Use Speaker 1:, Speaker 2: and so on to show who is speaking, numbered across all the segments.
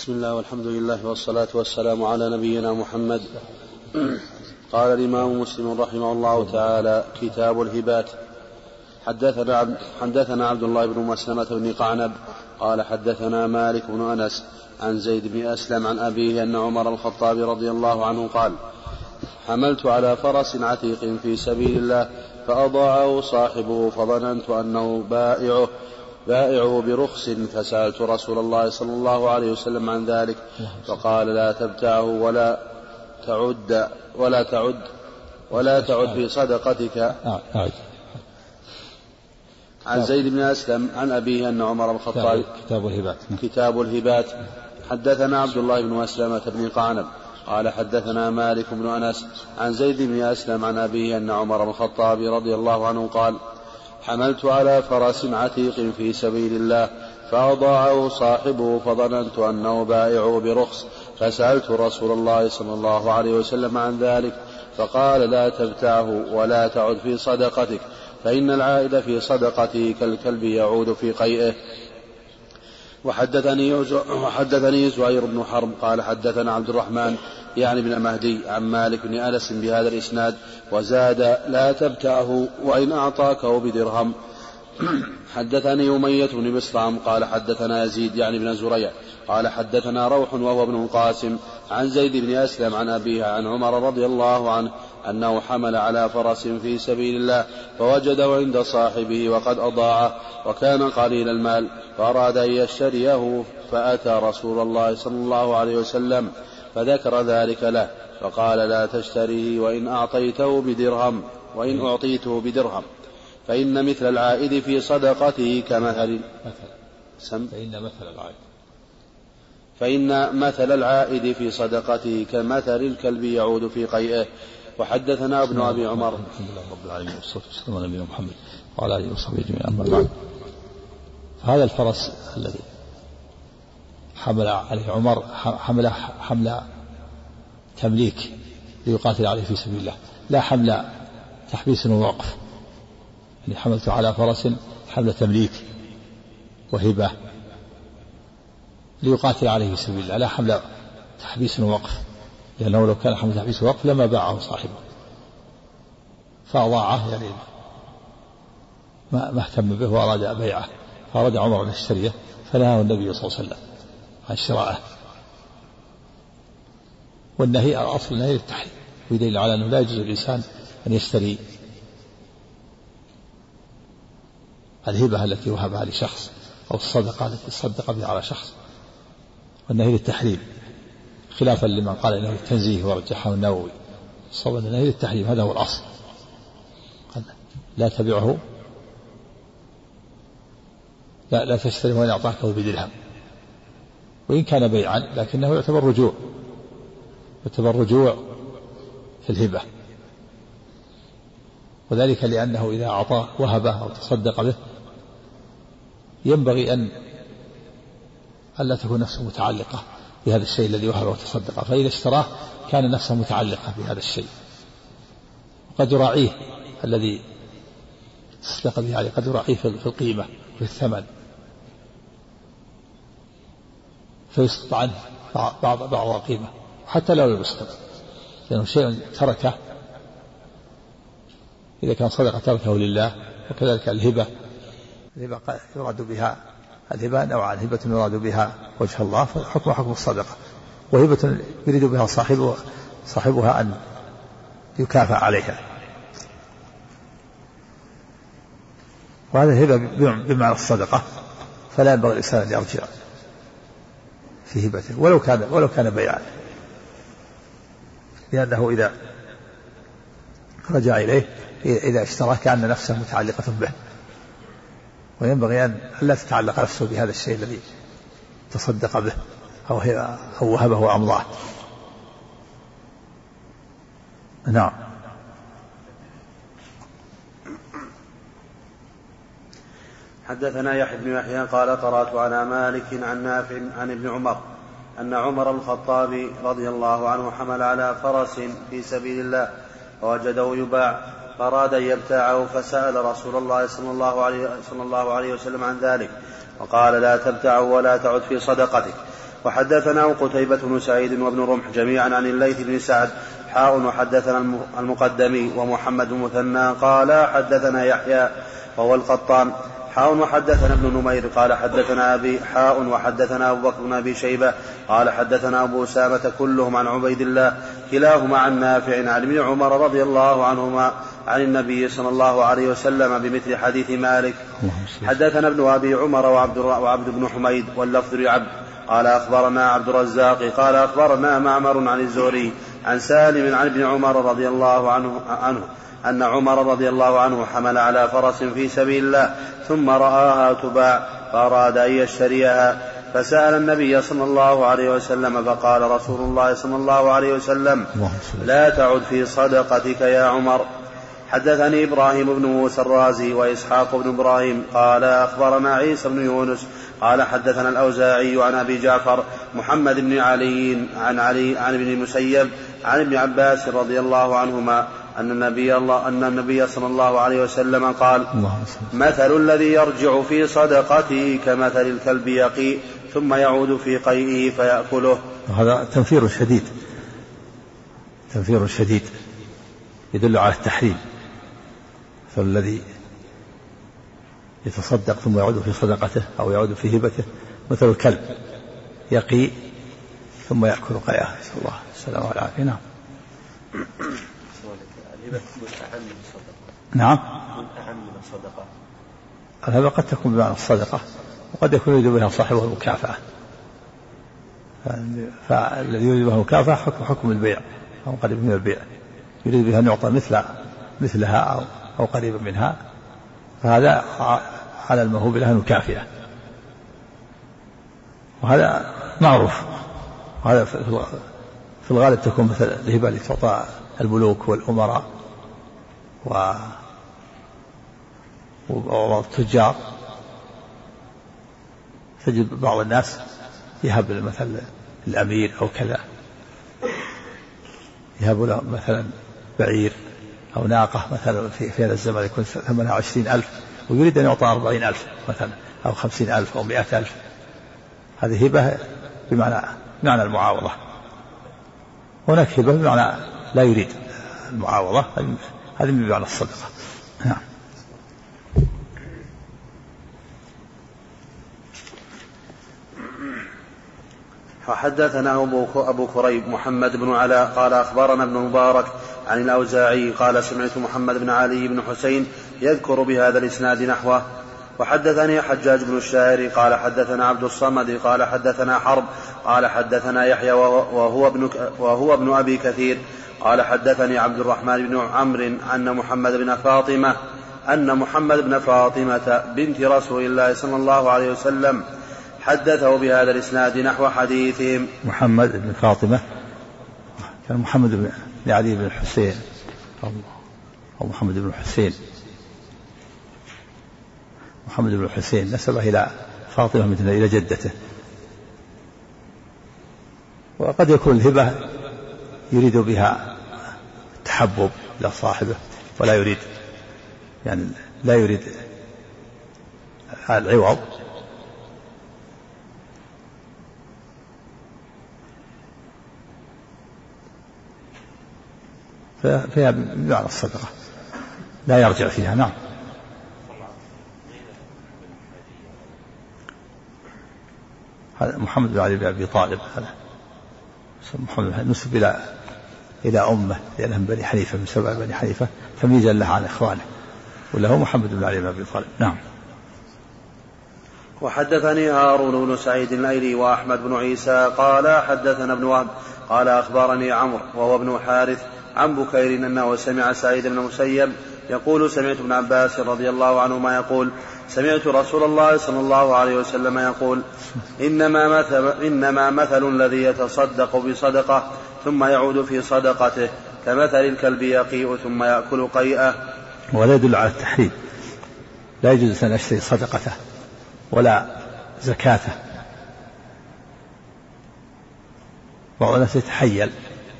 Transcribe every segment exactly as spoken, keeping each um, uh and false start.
Speaker 1: بسم الله والحمد لله والصلاة والسلام على نبينا محمد. قال الإمام مسلم رحمه الله تعالى: كتاب الهبات. حدثنا عبد, حدثنا عبد الله بن مسلمة بن قعنب قال حدثنا مالك بن أنس عن زيد بن أسلم عن أبيه أن عمر الخطاب رضي الله عنه قال: حملت على فرس عتيق في سبيل الله فأضاعه صاحبه فظننت أنه بائعه بائعه برخص فسألت رسول الله صلى الله عليه وسلم عن ذلك فقال: لا تبتعه ولا تعد ولا تعد ولا تعد في صدقتك. عن زيد بن أسلم عن أبيه أن عمر الخطاب.
Speaker 2: كتاب الهبات.
Speaker 1: كتاب الهبات. حدثنا عبد الله بن مسلمة بن قعنب قال حدثنا مالك بن أنس عن زيد بن أسلم عن أبيه أن عمر الخطاب رضي الله عنه قال: حملت على فرس عتيق في سبيل الله فأضاعه صاحبه فظننت أنه بائعه برخص فسألت رسول الله صلى الله عليه وسلم عن ذلك فقال: لا تبتعه ولا تعد في صدقتك فإن العائد في صدقته كالكلب يعود في قيئه. وحدثني وحدثني زهير بن حرب قال حدثنا عبد الرحمن يعني بن مهدي عن مالك بن أنس بهذا الإسناد وزاد: لا تبتعه وإن أعطاكه بدرهم. حدثني أمية بن بسطام قال حدثنا يزيد يعني بن زريع قال حدثنا روح وهو ابن القاسم عن زيد بن أسلم عن أبيه عن عمر رضي الله عنه أنه حمل على فرس في سبيل الله فوجده عند صاحبه وقد أضاعه وكان قليل المال فأراد أن يشتريه فأتى رسول الله صلى الله عليه وسلم فذكر ذلك له فقال: لا تشتريه وإن أعطيته بدرهم وإن أعطيته بدرهم فإن مثل العائد في صدقته كمثل سم
Speaker 2: فإن مثل العائد
Speaker 1: فإن مثل العائد في صدقته كمثل الكلب يعود في قيئه. وحدثنا ابن أبي عمر.
Speaker 2: الحمد لله رب العالمين والصلاة والسلام على نبينا محمد وعلى آله وصحبه أجمعين. أما بعد، هذا الفرس الذي حمل عليه عمر حمل حمل تمليك ليقاتل عليه في سبيل الله، لا حمل تحبيس ووقف. يعني حملت على فرس حمل تمليك وهبة ليقاتل عليه في سبيل الله، لا حمل تحبيس ووقف، لأنه لو كان حمل تحبيس ووقف لما باعه صاحبه فأضاعه، يعني ما اهتم به وأراد بيعه، فأراد عمر أن يشتريه فنهاه النبي صلى الله عليه وسلم عن شرائه. والنهي أصل النهي للتحريم، ويدل على أنه لا يجوز للإنسان أن يشتري الهبة التي وهبها لشخص أو الصدقة التي صدق بها على شخص، والنهي للتحريم خلافا لمن قال إنه التنزيه ورجحه النووي. صواب النهي للتحريم، هذا هو الأصل. لا تبعه لا, لا تشتري وإن أعطاكه بدرهم، وإن كان بيعا لكنه يعتبر رجوع يعتبر رجوع في الهبة، وذلك لأنه إذا أعطاه وهبه أو تصدق به ينبغي أن ألا تكون نفسه متعلقة بهذا الشيء الذي وهبه وتصدق، فإذا اشتراه كان نفسه متعلقة بهذا الشيء، وقد يراعيه الذي تصدق به عليه، قد يراعيه في القيمة في الثمن فيسقط عنه بعض بعض القيمة حتى لو لم يسقط، لأنه شيء تركه إذا كان صدقة تركه لله. وكذلك الهبة الهبة يراد بها الهبة نوعان: هبة يراد بها وجه الله فحكم حكم الصدقة، وهبة يريد بها صاحبه صاحبها أن يكافأ عليها، وهذا هبة بمعنى الصدقة، فلا ينبغي الإنسان أن يرجع في هبته ولو كان ولو كان بيعا، لأنه إذا رجع إليه إذا اشتراه كأن نفسه متعلقة به، وينبغي أن لا تتعلق نفسه بهذا الشيء الذي تصدق به أو أو وهبه وأمضاه. نعم.
Speaker 1: حدثنا يحيى بن يحيى قال قرأت على مالك عن نافع عن ابن عمر أن عمر الخطاب رضي الله عنه حمل على فرس في سبيل الله فوجده يباع فأراد أن يبتاعه فسأل رسول الله صلى الله عليه, صلى الله عليه وسلم عن ذلك وقال: لا تبتعه ولا تعد في صدقتك وحدثنا قتيبة بن سعيد وابن رمح جميعا عن الليث بن سعد حاء وحدثنا المقدمي ومحمد بن مثنى قال حدثنا يحيى وهو القطان حاء وحدثنا ابن نمير قال حدثنا أبي حاء وحدثنا أبو بكر بن أبي شيبة قال حدثنا أبو أسامة كلهم عن عبيد الله كلاهما عن نافع عن ابن عمر رضي الله عنهما عن النبي صلى الله عليه وسلم بمثل حديث مالك. حدثنا ابن أبي عمر وعبد, وعبد بن حميد واللفظ لعبد قال أخبرنا عبد الرزاق قال أخبرنا معمر عن الزهري عن سالم عن ابن عمر رضي الله عنه, عنه أن عمر رضي الله عنه حمل على فرس في سبيل الله ثم رآها تباع فأراد أن يشتريها فسأل النبي صلى الله عليه وسلم فقال رسول الله صلى الله عليه وسلم لا تعد في صدقتك يا عمر. حدثني إبراهيم بن موسى الرازي وإسحاق بن إبراهيم قال أخبرنا عيسى بن يونس قال حدثنا الأوزاعي عن أبي جعفر محمد بن علي عن علي عن ابن المسيب عن ابن عباس رضي الله عنهما أن النبي, الله أن النبي صلى الله عليه وسلم قال مثل الذي يرجع في صدقته كمثل الكلب يقيء ثم يعود في قيئه فيأكله.
Speaker 2: هذا تنفير شديد تنفير شديد يدل على التحريم. فالذي يتصدق ثم يعود في صدقته أو يعود في هبته مثل الكلب يقي ثم يأكل قياه. نسأل الله السلامة والعافية. نعم. نعم. الهبة قد تكون بمعنى الصدقة وقد يكون يريد بها صاحبه المكافأة. فالذي يريد بها المكافأة حكم حكم البيع أو قريب من البيع يريد بها أن يعطى مثل مثلها أو أو قريبا منها فهذا على الموهوب لها مكافئة وهذا معروف. وهذا في الغالب تكون مثل الهبة التي تعطى الملوك والأمراء والتجار. تجد بعض الناس يهب مثل الأمير أو كذا يهب له مثلا بعير أو ناقة مثلا في, في هذا الزمن يكون ثمنها عشرين ألف ويريد أن يعطى أربعين ألف مثلا أو خمسين ألف أو مئة ألف. هذه هبة بمعنى بمعنى المعاوضة. هناك هبة بمعنى لا يريد المعاوضة هذه بمعنى الصدقة. نعم.
Speaker 1: حدثنا أبو كريب محمد بن علاء قال أخبرنا ابن مبارك عن الأوزاعي قال سمعت محمد بن علي بن حسين يذكر بهذا الإسناد نحوه. وحدثني حجاج بن الشاعر قال حدثنا عبد الصمد قال حدثنا حرب قال حدثنا يحيى وهو ابن, وهو ابن أبي كثير قال حدثني عبد الرحمن بن عمرو أن محمد بن فاطمة أن محمد بن فاطمة بنت رسول الله صلى الله عليه وسلم حدثه بهذا الإسناد نحو حديثهم.
Speaker 2: محمد بن فاطمة كان محمد بن علي بن الحسين أو محمد بن الحسين. محمد بن الحسين نسبه إلى فاطمة مثل إلى جدته. وقد يكون الهبة يريد بها التحبب إلى صاحبه ولا يريد يعني لا يريد العوض. فيها بمعنى الصدقة لا يرجع فيها. نعم. هذا محمد بن علي بن أبي طالب هذا محمد نسب إلى إلى أمه لأنهم بني حنيفة من سبع بني حنيفة تمييزا له عن إخوانه وله محمد بن علي بن أبي طالب. نعم.
Speaker 1: وحدثني هارون بن سعيد الأيلي وأحمد بن عيسى قال حدثنا ابن وهب قال أخبرني عمرو وهو ابن حارث عن بكير أنه سمع سعيد بن المسيب يقول سمعت ابن عباس رضي الله عنهما يقول سمعت رسول الله صلى الله عليه وسلم يقول إنما مثل, إنما مثل الذي يتصدق بصدقة ثم يعود في صدقته كمثل الكلب يقيء ثم يأكل قيئه.
Speaker 2: ولا يدل على التحريم. لا يجوز أن يشتري صدقته ولا زكاته. بعض الناس يتحيل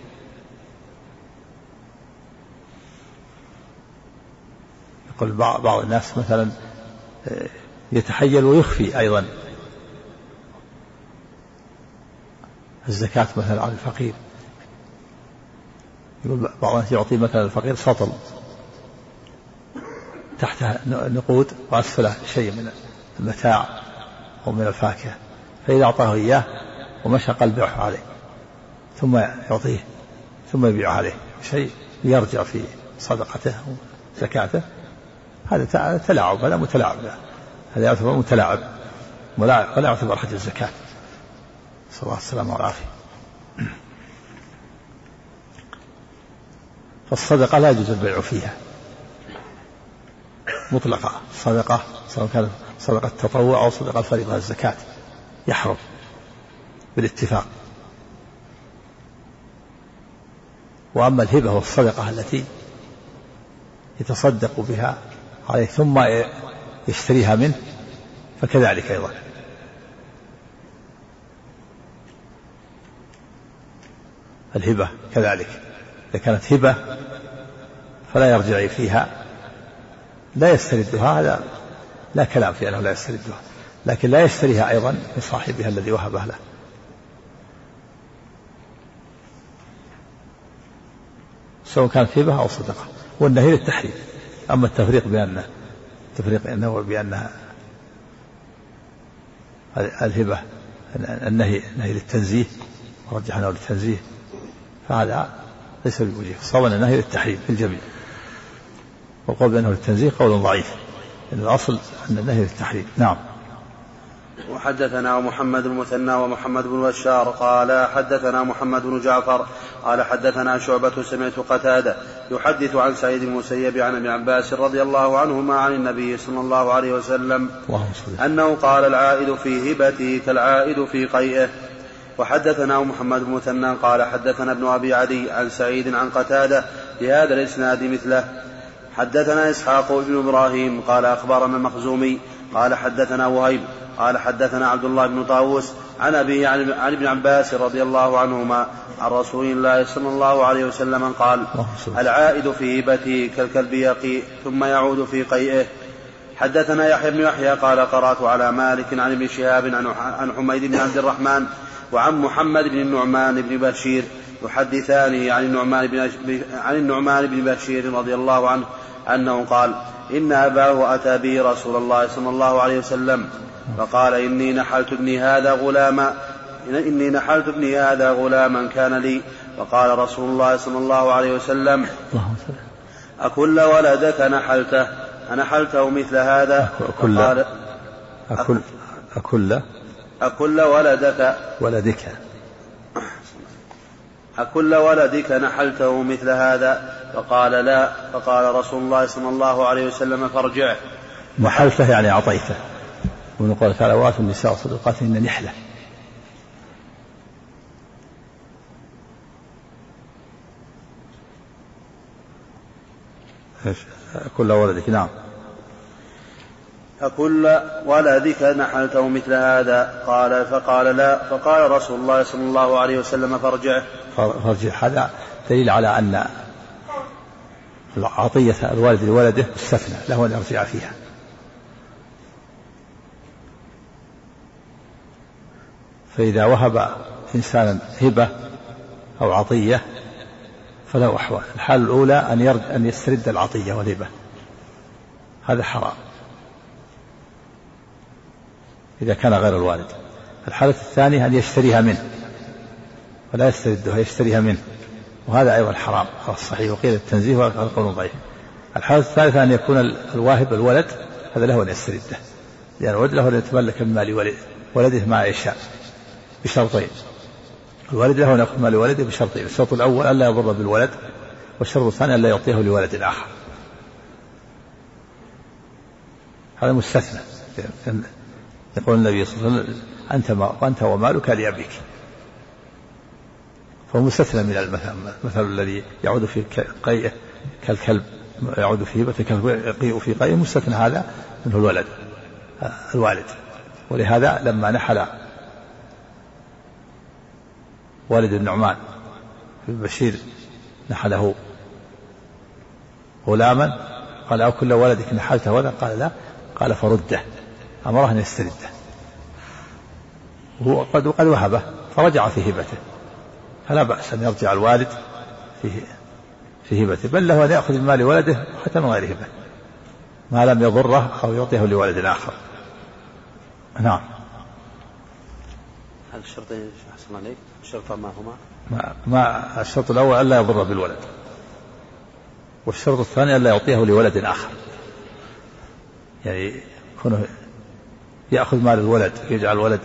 Speaker 2: يقول بعض الناس مثلا يتحيل ويخفي أيضا الزكاة مثلا على الفقير، يقول بعض الناس يعطي مثلا الفقير سطل تحتها نقود وأسفله شيء من المتاع أو من الفاكهة، فإذا أعطاه إياه ومشى قلبه عليه ثم يعطيه ثم يبيع عليه شيء يرجع في صدقته وزكاته، هذا تلاعب، هذا متلاعب، هذا يعتبر متلاعب ولا يعتبر حج الزكاة. صلى الله عليه وسلم والعافية. فالصدقة لا يجوز البيع فيها مطلقة، صدقة سواء كانت صدقة تطوع أو صدقة فريضة الزكاة يحرم بالاتفاق. وأما الهبة والصدقة التي يتصدق بها عليه ثم يشتريها منه فكذلك أيضا. الهبة كذلك إذا كانت هبة فلا يرجع فيها، لا يستردها، هذا لا كلام في أنه لا يستردها، لكن لا يشتريها أيضا من صاحبها الذي وهبها له. سواء كانت هبة أو صدقة، والنهي للتحريم. أما التفريق بأن التفريق أنه بأنها الهبة النهي نهي للتنزيه ورجح أنه للتنزيه، فهذا ليس بوجيه، صوّن النهي للتحريم في الجميع، والقول بأنه للتنزيه قول ضعيف، إن الأصل أن النهي للتحريم. نعم.
Speaker 1: وحدثنا محمد المثنى ومحمد بن بشار قال حدثنا محمد بن جعفر قال حدثنا شعبة سمعت قتادة يحدث عن سعيد بن المسيب عن ابن عباس رضي الله عنهما عن النبي صلى الله عليه وسلم أنه قال العائد في هبته كالعائد في قيئه. وحدثنا محمد بن مثنى قال حدثنا ابن أبي عدي عن سعيد عن قتادة بهذا الإسناد مثله. حدثنا إسحاق بن إبراهيم قال أخبرنا المخزومي قال حدثنا وهيب قال حدثنا عبد الله بن طاووس عن أبيه عن ابن عباس رضي الله عنهما عن رسول الله صلى الله عليه وسلم قال العائد في هبته كالكلب يقي ثم يعود في قيئه. حدثنا يحيى بن يحيى قال قرأت على مالك عن ابن شهاب عن حميد بن عبد الرحمن وعن محمد بن النعمان بن بشير يحدثانه عن النعمان بن عن النعمان بن بشير رضي الله عنه أنه قال إن أباه أتى به رسول الله صلى الله عليه وسلم فقال إني نحلت ابني هذا غلاما إني نحلت ابني هذا غلاما كان لي. فقال رسول الله صلى الله عليه وسلم أكل ولدك نحلته أنحلته مثل هذا؟
Speaker 2: فقال أكل أكل
Speaker 1: أكل ولدك
Speaker 2: ولدك
Speaker 1: أكل ولدك نحلته مثل هذا؟ فقال لا. فقال رسول الله صلى الله عليه وسلم فارجع.
Speaker 2: نحلته يعني أعطيته، ونقول تعالى وآتوا النساء صدقاتهن نحلة. أكل ولدك. نعم.
Speaker 1: أكل ولدك نحلته مثل هذا؟ قال فقال لا. فقال رسول الله صلى الله عليه وسلم فارجع.
Speaker 2: فارجع هذا دليل على أن عطية الوالد لولده استثنى له أن يرجع فيها. فإذا وهب إنسانا هبة أو عطية فله أحوال. الحالة الأولى أن يرد أن يسترد العطية والهبة، هذا حرام إذا كان غير الوالد. الحالة الثانية أن يشتريها منه ولا يستردها، يشتريها منه، وهذا أيضا حرام على الصحيح، وقيل التنزيه والقول ضعيف. الحالة الثالثة أن يكون الواهب الولد، هذا له أن يسترده، لأن الولد له أن يتملك من مال ولده ما يشاء بشرطين. الوالد له أن يأخذ مال ولده بشرطين: الشرط الأول ألا يضر بالولد، والشرط الثاني ألا يعطيه لولد آخر. هذا مستثنى. يقول النبي صلى الله عليه وسلم أنت, وأنت ومالك لأبيك، فهو مستثنى من المثل. المثل الذي يعود في قيئه كالكلب يعود في هبته كالقيء في قيئه، مستثنى هذا منه الولد الوالد. ولهذا لما نحل والد النعمان بن بشير نحله غلاما قال أو كل ولدك نحلته ولا؟ قال لا. قال فرده، أمره أن يسترده، وهو قد وقد وهبه فرجع في هبته، فلا بأس أن يرجع الوالد في في هبته، بل له أن يأخذ من مال ولده حتى من غير هبة ما لم يضره أو يعطيه لولد آخر. نعم.
Speaker 1: هل الشرطين أحسن عليك؟ الشرط ما هما؟
Speaker 2: ما, ما الشرط الأول ألا يضر بالولد، والشرط الثاني ألا يعطيه لولد آخر، يعني يكون يأخذ مال الولد يجعل الولد،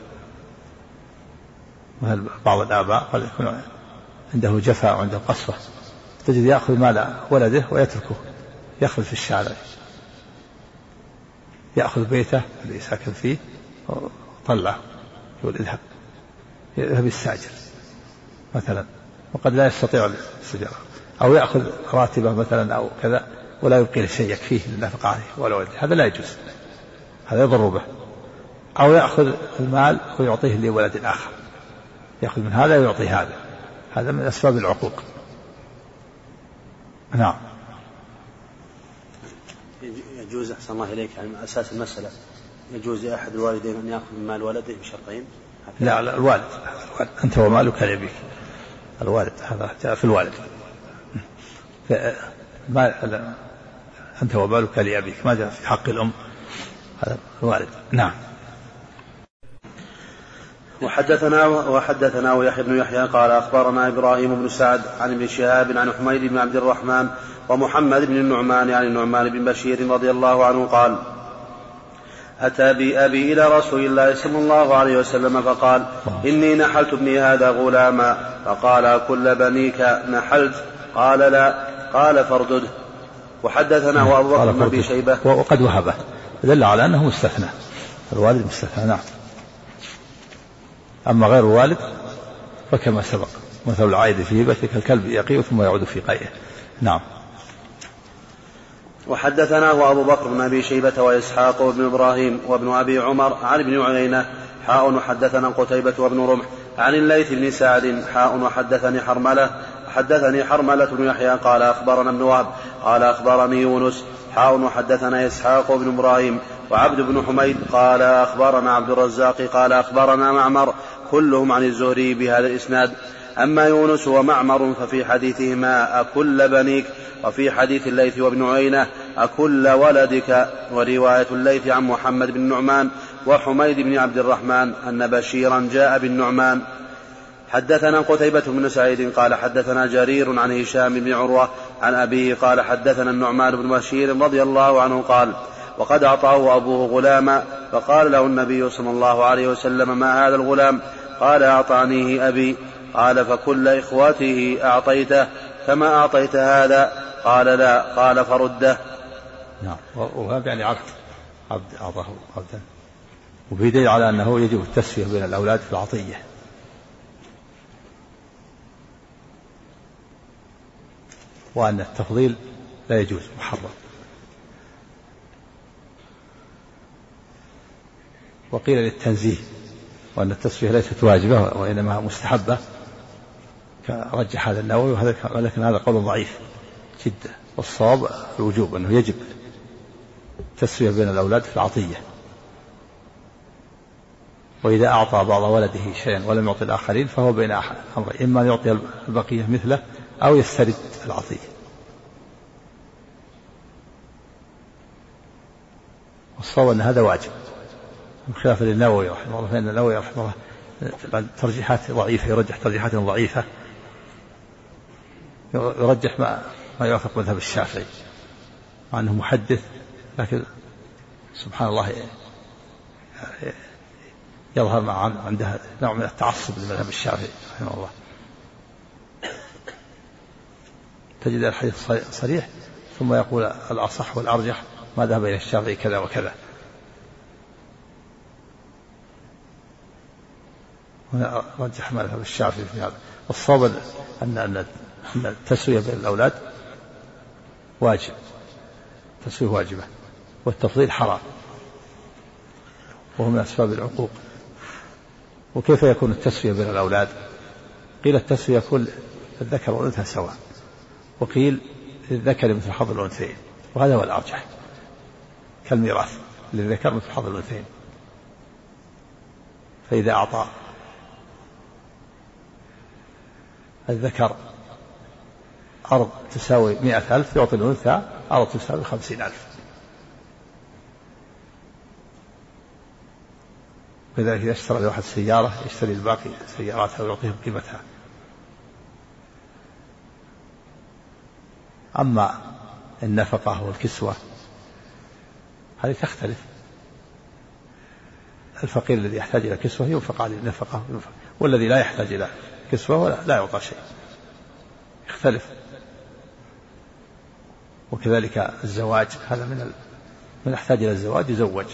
Speaker 2: وهل بعض الآباء قد يكون عنده جفاء وعنده قسوة، تجد يأخذ مال ولده ويتركه يخرج في الشارع، يأخذ بيته الذي ساكن فيه وطلعه يقول اذهب يذهب يستأجر مثلا، وقد لا يستطيع الاستئجار، أو يأخذ راتبه مثلا أو كذا ولا يبقي له شيء يكفيه للنفقة عليه ولا ولده، هذا لا يجوز، هذا يضر به. أو يأخذ المال ويعطيه لولد آخر، يأخذ من هذا ويعطي هذا، هذا من أسباب العقوق. نعم.
Speaker 1: يجوز أحسن الله إليك على أساس المسألة يجوز لأحد الوالدين أن يأخذ من مال ولده بشرطين؟
Speaker 2: لا, لا الوالد. أنت ومالك لأبيك، الوالد هذا جاء في الوالد، ما أنت ومالك لأبيك ما جاء في حق الأم، هذا الوالد. نعم.
Speaker 1: وحدثنا وحدثنا ويحيى بن يحيى قال أخبرنا إبراهيم بن سعد عن ابن شهاب عن حميد بن عبد الرحمن ومحمد بن النعمان عن النعمان بن بشير رضي الله عنه قال أتى بي أبي إلى رسول الله صلى الله عليه وسلم فقال إني نحلت ابني هذا غلاما، فقال كل بنيك نحلت؟ قال لا، قال فاردده. وحدثنا وأبو بكر بن أبي شيبة
Speaker 2: وقد وهبه، دل على أنه مستثنى، الوالد مستثنى. نعم. أما غير الوالد فكما سبق مثل العائد في هبته كالكلب يقي ثم يعود في قيئه. نعم.
Speaker 1: وحدثناه أبو بكر بن أبي شيبة وإسحاق وابن إبراهيم وابن أبي عمر عن ابن عيينة حاء وحدثنا قتيبة وابن رمح عن الليث بن سعد حاء وحدثني حرملة حدثني حرملة بن يحيى قال أخبرنا ابن وهب قال أخبرني يونس حاء وحدثنا إسحاق وابن إبراهيم وعبد بن حميد قال أخبرنا عبد الرزاق قال أخبرنا معمر كلهم عن الزهري بهذا الإسناد. أما يونس ومعمر ففي حديثهما أكل بنيك، وفي حديث الليث وابن عيينة أكل ولدك. ورواية الليث عن محمد بن النعمان وحميد بن عبد الرحمن أن بشيرا جاء بالنعمان. حدثنا قتيبة بن سعيد قال حدثنا جرير عن هشام بن عروة عن أبيه قال حدثنا النعمان بن بشير رضي الله عنه قال وقد أعطاه أبوه غلاما، فقال له النبي صلى الله عليه وسلم ما هذا الغلام؟ قال أعطانيه أبي. قال فكل إخوته أعطيته كما أعطيت هذا؟ قال لا. قال فرده.
Speaker 2: نعم. وهذا يعني عبد عبد أعطاه عبدا، وبيدل على أنه يجب التسوية بين الأولاد في العطية، وأن التفضيل لا يجوز محرم. وقيل للتنزيه، وأن التسوية ليست واجبة وإنما مستحبة، رجح هذا النووي، ولكن هذا قول ضعيف جدا، والصواب الوجوب أنه يجب التسوية بين الأولاد في العطية. وإذا أعطى بعض ولده شيئا ولم يعطي الآخرين فهو بين أمرين، إما أن يعطي البقية مثله أو يسترد العطية. والصواب أن هذا واجب، خلافا للنووي رحمه الله، فإن النووي رحمه الله ترجيحات ضعيفة، يرجح ترجيحات ضعيفة، يرجح ما, ما يوافق مذهب الشافعي مع أنه محدث، لكن سبحان الله يظهر مع عنده نوع من التعصب لمذهب الشافعي رحمه الله. تجد الحديث صريح ثم يقول الأصح والأرجح ما ذهب إلى الشافعي كذا وكذا. رجح مذهب الشافعي في هذا. والصواب أن أن التسوية بين الأولاد واجب، تسوية واجبة، والتفضيل حرام، وهو من أسباب العقوق. وكيف يكون التسوية بين الأولاد؟ قيل التسوية يكون الذكر والأنثى سواء، وقيل للذكر مثل حظ الأنثيين، وهذا هو الأرجح، كالميراث للذكر مثل حظ الأنثيين. فإذا أعطى الذكر أرض تساوي مئة ألف يعطي الأنثى أرض تساوي خمسين ألف. وذلك إذا اشترى لواحد سيارة يشتري الباقي سياراتها ويعطيهم قيمتها. أما النفقة والكسوة هذه تختلف. الفقير الذي يحتاج إلى كسوة ينفق عليه النفقة، والذي لا يحتاج إلى كسوة ولا لا يعطى شيء، يختلف. وكذلك الزواج، هذا من من يحتاج إلى الزواج يزوج،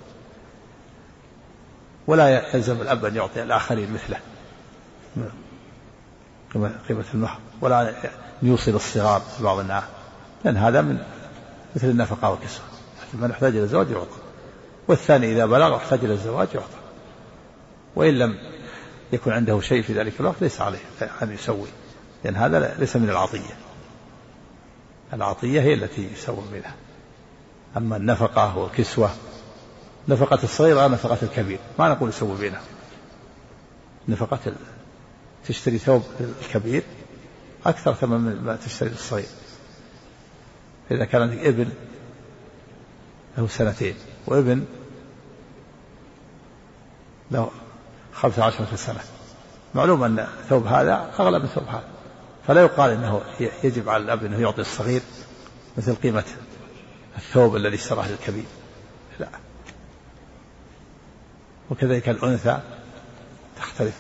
Speaker 2: ولا يلزم الأب أن يعطي الآخرين مثله قيمة المهر، ولا يوصل الصغار في بعض النعم، لأن هذا من مثل النفقة والكسوة. من يحتاج إلى الزواج يعطى، والثاني إذا بلغ واحتاج إلى الزواج يعطى، وإن لم يكن عنده شيء في ذلك الوقت ليس عليه أن يسوي، لأن هذا ليس من العطية. العطية هي التي يسوي منها. أما النفقة والكسوة، نفقة الصغير غير نفقة الكبير، ما نقول يسوي بينها. نفقة تشتري ثوب الكبير أكثر ثمن من ما تشتري الصغير. إذا كان عندك ابن له سنتين وابن له خمسة عشرة سنة، معلوم أن ثوب هذا أغلى من ثوب هذا، فلا يقال إنه يجب على الأب أنه يعطي الصغير مثل قيمة الثوب الذي اشتراه للكبير، لا. وكذلك الأنثى تختلف،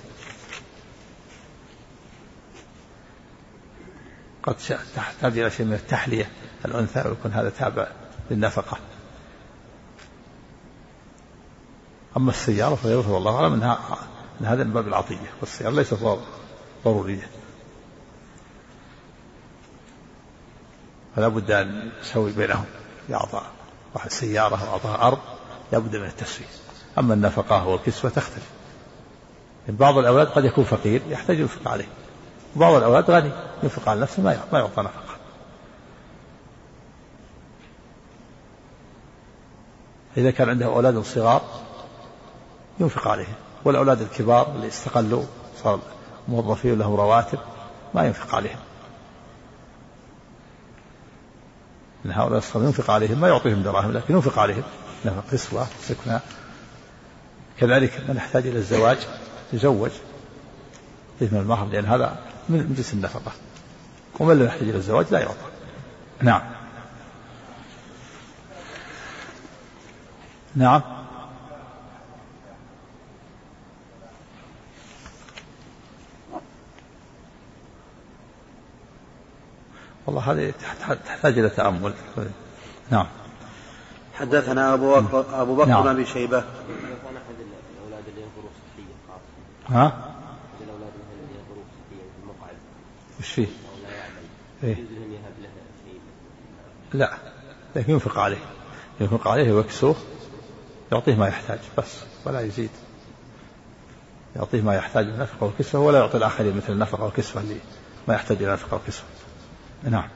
Speaker 2: قد تحتاج إلى شيء من التحلية الأنثى، ويكون هذا تابع للنفقة. أما السيارة فيظهر والله أعلم أن هذا من باب العطية، والسيارة ليست ضرورية، فلا بد أن نسوي بينهم، يعطى واحد سيارة وأعطاها أرض لا بد من التسوية. أما النفقة والكسوة تختلف، بعض الأولاد قد يكون فقير يحتاج ينفق عليه، وبعض الأولاد غني ينفق على نفسه ما يعطى نفقة. إذا كان عنده أولاد صغار ينفق عليهم، والأولاد الكبار اللي استقلوا صار موظفين له رواتب ما ينفق عليهم، إن هؤلاء الصغار ينفق عليهم ما يعطيهم دراهم، لكن ينفق عليهم نفقة كسوة سكنة. كذلك من يحتاج إلى الزواج يزوج ضيف من المهر، لأن هذا من جنس النفقة، ومن لا يحتاج إلى الزواج لا يعطى. نعم نعم والله هذه تحتاج إلى تأمل. نعم.
Speaker 1: حدثنا أبو بكر أبو بكر بن أبي شيبة.
Speaker 3: كان أحد الأولاد اللي ينظروا صحيا خاصة.
Speaker 2: ها؟
Speaker 3: أحد الأولاد اللي ينظروا صحيا في المقعد.
Speaker 2: وش فيه؟
Speaker 3: أو لا يعمل.
Speaker 2: إيه؟
Speaker 3: يجوز أن يهب له شيء.
Speaker 2: لا، لكن ينفق عليه، ينفق عليه ويكسوه، يعطيه ما يحتاج بس ولا يزيد، يعطيه ما يحتاج من النفقة والكسوة، ولا يعطي الآخرين مثل النفقة والكسوة اللي ما يحتاج إلى نفقة والكسوة. نعم.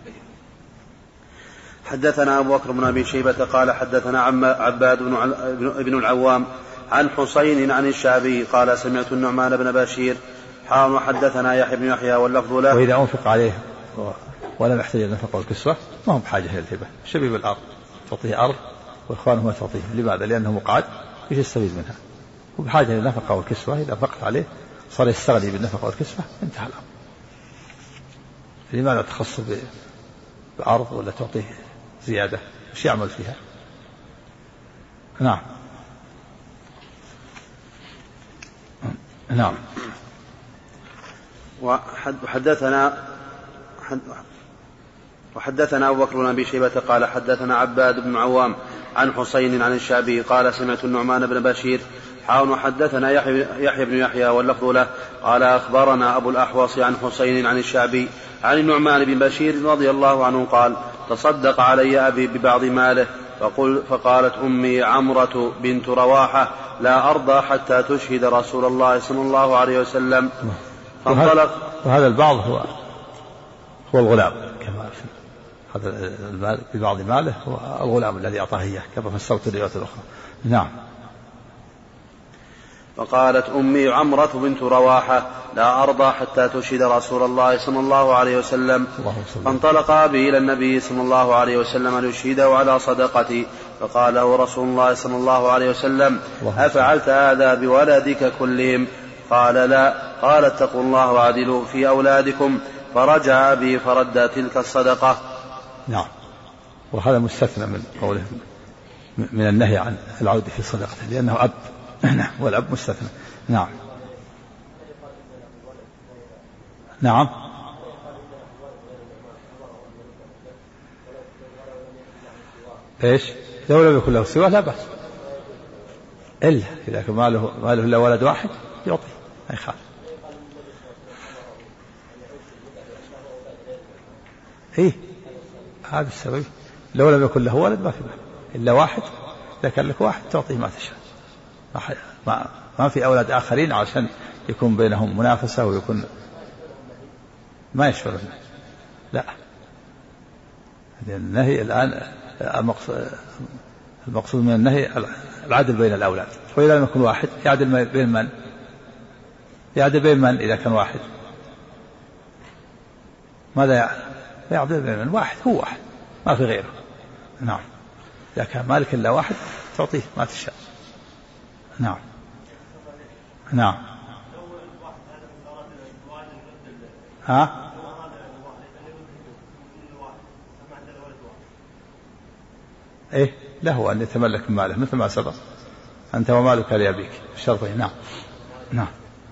Speaker 1: حدثنا أبو بكر بن أبي شيبة قال حدثنا عباد بن العوام عن حسين عن الشعبي قال سمعت النعمان بن بشير حاول حدثنا يحيى بن يحيى واللفظ له.
Speaker 2: وإذا أنفق عليه ولم يحتاج إلى النفقة والكسوة ما هو بحاجة إلى الهبة، شبيه بالأرض، تعطيه أرض وإخوانه ما تعطيه. لماذا؟ لأنه مقعد ايش يستفيد منها، وبحاجة إلى النفقة والكسوة. إذا أنفقت عليه صار يستغني بالنفقة والكسوة انتهى الأمر. لماذا تخص بأرض ولا تعطيه زيادة؟ وش يعمل فيها؟ نعم نعم.
Speaker 1: وحدثنا وحدثنا أبو بكر بن أبي شيبة قال حدثنا عباد بن عوام عن حسين عن الشعبي قال سمعت النعمان بن بشير حاول وحدثنا يحيى بن يحيى واللفظ له قال أخبرنا أبو الأحوص عن حسين عن الشعبي عن النعمان بن بشير رضي الله عنه قال تصدق علي أبي ببعض ماله فقل فقالت أمي عمرة بنت رواحة لا أرضى حتى تشهد رسول الله صلى الله عليه وسلم فانطلق.
Speaker 2: وهذا البعض هو هو الغلام كما هذا المال ببعض ماله هو الغلام الذي أعطاه إياه كما فسرت الروايات الأخرى. نعم.
Speaker 1: فقالت أمي عمرة بنت رواحة لا أرضى حتى تشهد رسول الله صلى الله عليه وسلم. فانطلق أبي إلى النبي صلى الله عليه وسلم ليشهده على صدقتي، فقال له رسول الله صلى الله عليه وسلم أفعلت هذا بولدك كلهم؟ قال لا. قال اتقوا الله وعدلوا في أولادكم. فرجع أبي فرد تلك الصدقة.
Speaker 2: نعم. وهذا مستثنى من قوله من النهي عن العود في صدقته لأنه أب والأب مستثنى. نعم. نعم. إيش لو لم يكن له سواه لا بأس، إلا إذا كان ماله ماله إلا ولد واحد يعطي ما يخالف. إيه هذا السبب، لو لم يكن له ولد ما في مال إلا واحد، إذا كان لك واحد تعطيه ما تشاء، ما ما في أولاد آخرين عشان يكون بينهم منافسة ويكون ما يشعر. لا، النهي الآن المقصود من النهي العدل بين الأولاد، وإذا لم يكن واحد يعدل بين من؟ يعدل بين من إذا كان واحد؟ ماذا يعدل بين من؟ واحد، هو واحد ما في غيره. نعم. إذا كان مالك إلا واحد تعطيه ما تشاء. نعم. نعم. ها؟ إيه له أن يتملك من ماله مثل ما سبق، أنت ومالك لأبيك الشرطين. نعم. نعم.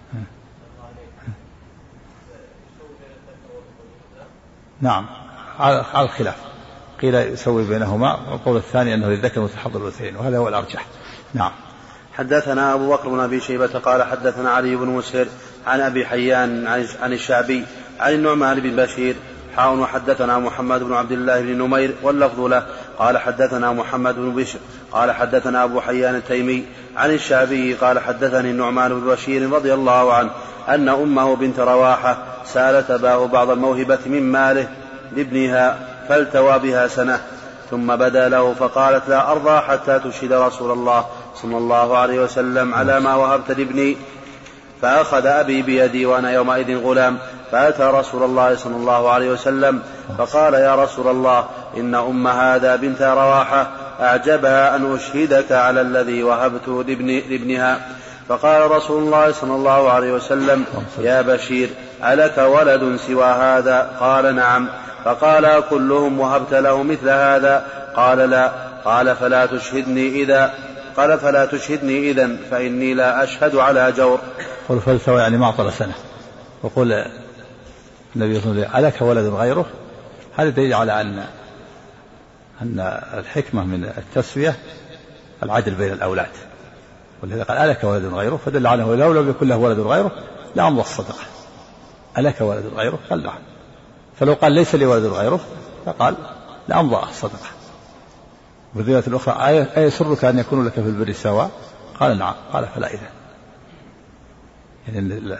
Speaker 2: نعم على الخلاف، قيل يسوي بينهما، والقول الثاني أنه للذكر مثل حظ الأنثيين، وهذا هو الأرجح. نعم.
Speaker 1: حدثنا أبو بكر بن أبي شيبة قال حدثنا علي بن مسهر عن أبي حيان عن الشعبي عن النعمان بن بشير حاون. وحدثنا محمد بن عبد الله بن نمير واللفظ له قال حدثنا محمد بن بشر قال حدثنا أبو حيان التيمي عن الشعبي قال حدثني النعمان بن بشير رضي الله عنه أن أمه بنت رواحة سالت أباه بعض الموهبة من ماله لابنها فالتوى بها سنة، ثم بدا له فقالت لا أرضى حتى تشهد رسول الله صلى الله عليه وسلم على ما وهبت لابني. فأخذ أبي بيدي وأنا يومئذ غلام فأتى رسول الله صلى الله عليه وسلم فقال يا رسول الله إن أم هذا بنت رواحة أعجبها أن أشهدك على الذي وهبته لابنها. فقال رسول الله صلى الله عليه وسلم يا بشير ألك ولد سوى هذا؟ قال نعم. فقال كلهم وهبت له مثل هذا؟ قال لا. قال فلا تشهدني إذا قال فلا تشهدني إذن فإني لا أشهد على جور.
Speaker 2: قل فلسوى يعني معطل سنة. وقول النبي صلى الله عليه وسلم ألك ولد غيره، هذا دليل على أن أن الحكمة من التسوية العدل بين الأولاد، ولذا قال ألك ولد غيره، فدل على أنه لو لم يكن له ولد غيره لأمضى الصدقة. ألك ولد غيره قال نعم، فلو قال ليس لي ولد غيره فقال لأمضى الصدقة. والرواية الأخرى أيسرك أن يكون لك في البر سواء؟ قال نعم. قال فلا إذن، يعني لا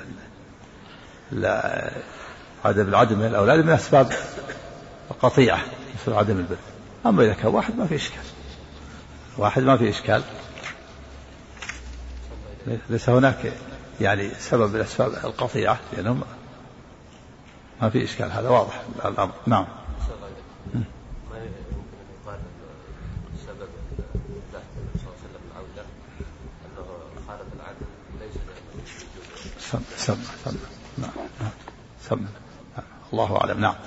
Speaker 2: لا عدم العدل من الأولاد من أسباب القطيعة مثل عدم البر. أما إذا كان واحد ما في إشكال، واحد ما في إشكال، ليس هناك يعني سبب من أسباب القطيعة لأنهم ما في إشكال، هذا واضح الأمر. نعم. سم سم سم نعم سم الله أعلم. نعم.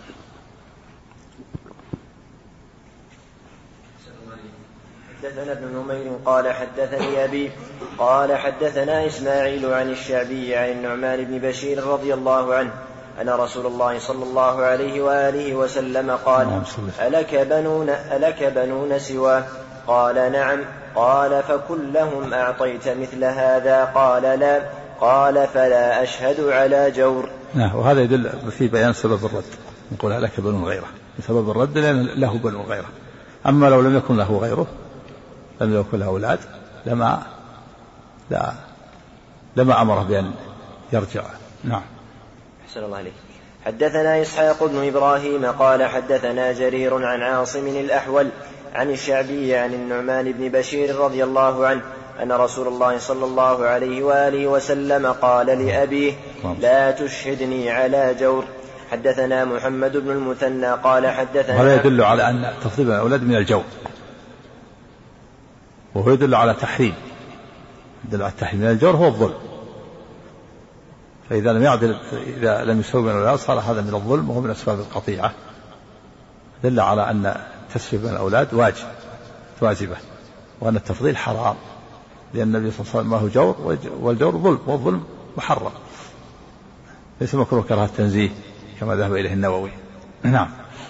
Speaker 4: حدثنا ابن نمير قال حدثني أبي قال حدثنا إسماعيل عن الشعبي عن النعمان بن بشير رضي الله عنه أن رسول الله صلى الله عليه وآله وسلم قال ألك بنون, ألك بنون سواه؟ قال نعم. قال فكلهم أعطيت مثل هذا؟ قال لا. قال فلا أشهد على جور.
Speaker 2: نعم. وهذا يدل في بيان سبب الرد، نقول ألك بنون غيره، سبب الرد لأن له بنون غيره. أما لو لم يكن له غيره، لم يكن له أولاد، لما لا لما أمره بأن يرجع. نعم.
Speaker 4: أحسن الله عليك. حدثنا إسحاق بن إبراهيم قال حدثنا جرير عن عاصم الأحول عن الشعبي عن النعمان بن بشير رضي الله عنه أن رسول الله صلى الله عليه وآله وسلم قال لأبيه لا تشهدني على جور. حدثنا محمد بن المثنى قال حدثنا.
Speaker 2: هذا يدل على أن تفضيل الأولاد من الجور، وهو يدل على تحريم، يدل على التحريم، من الجور هو الظلم، فإذا لم يعدل، إذا لم يسوي من الأولاد صار هذا من الظلم وهو من أسباب القطيعة. دل على أن تسوية بين الأولاد واجب واجبة، وأن التفضيل حرام، لأن النبي صلى الله عليه وسلم ما هو جور، والجور ظلم، والظلم محرم ليس مكروه كراهة التنزيه كما ذهب إليه النووي. نعم.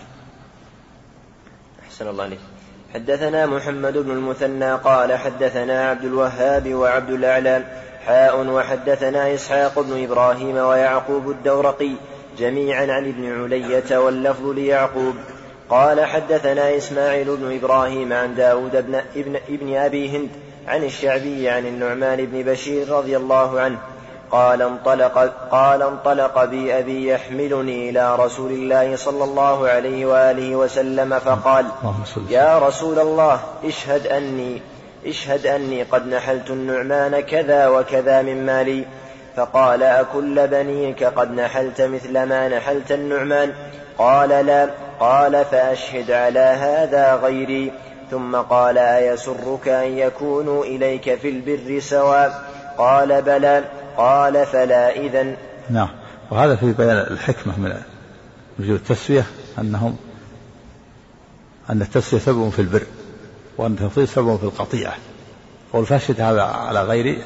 Speaker 4: أحسن الله عليك. حدثنا محمد بن المثنى قال حدثنا عبد الوهاب وعبد الأعلى حاء وحدثنا إسحاق بن إبراهيم ويعقوب الدورقي جميعا عن ابن علية واللفظ ليعقوب قال حدثنا إسماعيل بن إبراهيم عن داود بن ابن, ابن أبي هند عن الشعبي عن النعمان بن بشير رضي الله عنه قال انطلق, قال انطلق بي أبي يحملني إلى رسول الله صلى الله عليه وآله وسلم فقال يا رسول الله اشهد أني, اشهد أني قد نحلت النعمان كذا وكذا من مالي. فقال أكل بنيك قد نحلت مثل ما نحلت النعمان؟ قال لا. قال فأشهد على هذا غيري. ثم قال أيسرك أن يكونوا إليك في البر سواء؟ قال بلى. قال فلا إذن.
Speaker 2: نعم. وهذا في بيان الحكمة من وجود التسوية، أنهم أن التسوية سبب في البر، وأن التفضيل سبب في القطيعة. قول فأشهد هذا على غيري،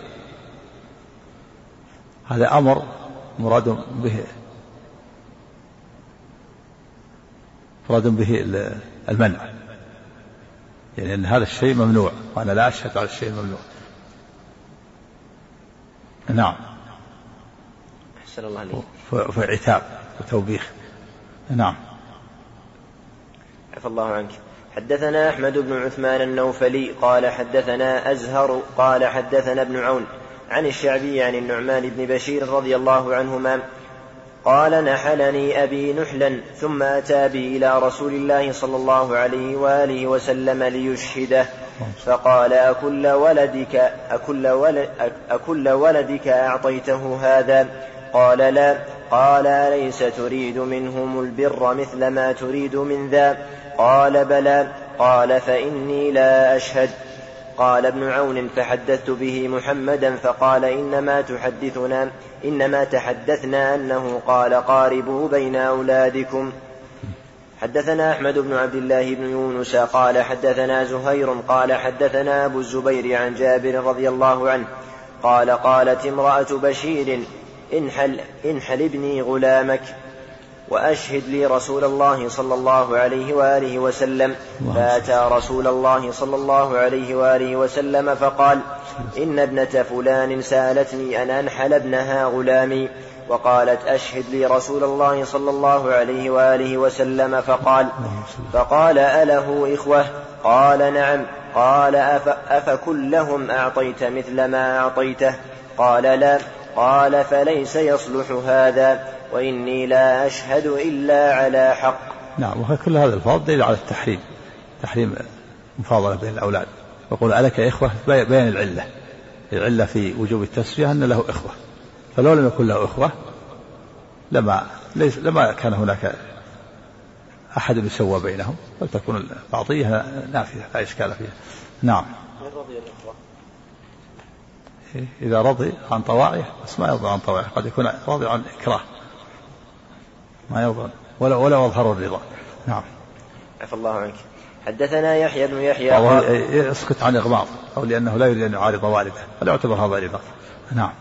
Speaker 2: هذا أمر مراد به مراد به المنع، يعني أن هذا الشيء ممنوع وأنا لا أشهد على الشيء الممنوع. نعم.
Speaker 4: أحسن الله عليك.
Speaker 2: في عتاب وتوبيخ. نعم.
Speaker 4: عفى الله عنك. حدثنا أحمد بن عثمان النوفلي قال حدثنا أزهر قال حدثنا ابن عون عن الشعبي عن النعمان بن بشير رضي الله عنهما قال نحلني أبي نحلا ثم أتى بي إلى رسول الله صلى الله عليه وآله وسلم ليشهده فقال أكل ولدك, أكل ولد أكل ولدك أعطيته هذا؟ قال لا. قال أليس تريد منهم البر مثل ما تريد من ذا؟ قال بلى. قال فإني لا أشهد. قال ابن عون فحدثت به محمدا فقال إنما تحدثنا إنما تحدثنا أنه قال قاربوا بين أولادكم. حدثنا أحمد بن عبد الله بن يونس قال حدثنا زهير قال حدثنا أبو الزبير عن جابر رضي الله عنه قال قالت امرأة بشير انحل, انحل ابني غلامك وأشهد لي رسول الله صلى الله عليه وآله وسلم. فأتى رسول الله صلى الله عليه وآله وسلم فقال إن ابنة فلان سألتني أن أنحل ابنها غلامي، وقالت أشهد لي رسول الله صلى الله عليه وآله وسلم فقال فقال أله إخوة؟ قال نعم. قال أفكلهم أعطيت مثل ما أعطيته؟ قال لا. قال فليس يصلح هذا وإني لا أشهد إلا على حق.
Speaker 2: نعم. وكل هذا الفاظ دليل على التحريم، تحريم المفاضلة بين الأولاد. يقول ألك إخوة بيان العلة، العلة في وجوب التسوية أن له إخوة، فلو لم يكن له إخوة لما, ليس لما كان هناك أحد يسوى بينهم، فتكون البعضية نافذة لا إشكال فيها. نعم. إذا رضي عن طواعيه بس ما يرضى عن طواعيه، قد يكون راضي عن إكراه ما يرضى ولا ولا يظهر الرضا. نعم.
Speaker 4: عفى الله عنك. حدثنا يحيى بن يحيى
Speaker 2: أو يسكت عن إغماض أو لأنه لا يريد أن يعارض والده فلا يعتبر هذا رضا. نعم.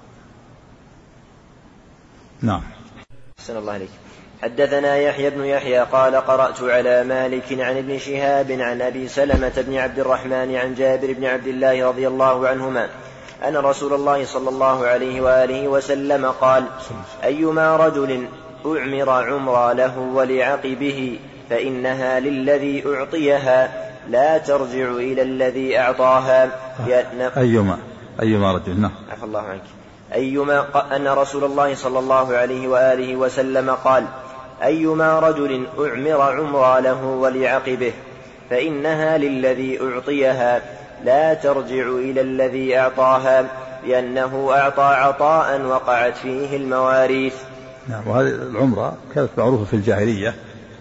Speaker 2: نعم.
Speaker 4: أحسن الله عليك. حدثنا يحيى بن يحيى قال قرأت على مالك عن ابن شهاب عن أبي سلمة بن عبد الرحمن عن جابر بن عبد الله رضي الله عنهما أن رسول الله صلى الله عليه وآله وسلم قال أيما رجل أعمر عمرا له ولعقبه فإنها للذي أعطيها لا ترجع إلى الذي أعطاها.
Speaker 2: أيما أيما رجل. نعم.
Speaker 4: عفى الله عنك. أيما أن رسول الله صلى الله عليه وآله وسلم قال أيما رجل أعمر عمرا له ولعقبه فإنها للذي أعطيها لا ترجع إلى الذي أعطاها لأنه أعطى عطاء وقعت فيه المواريث.
Speaker 2: نعم. وهذه العمرة كانت معروفة في الجاهلية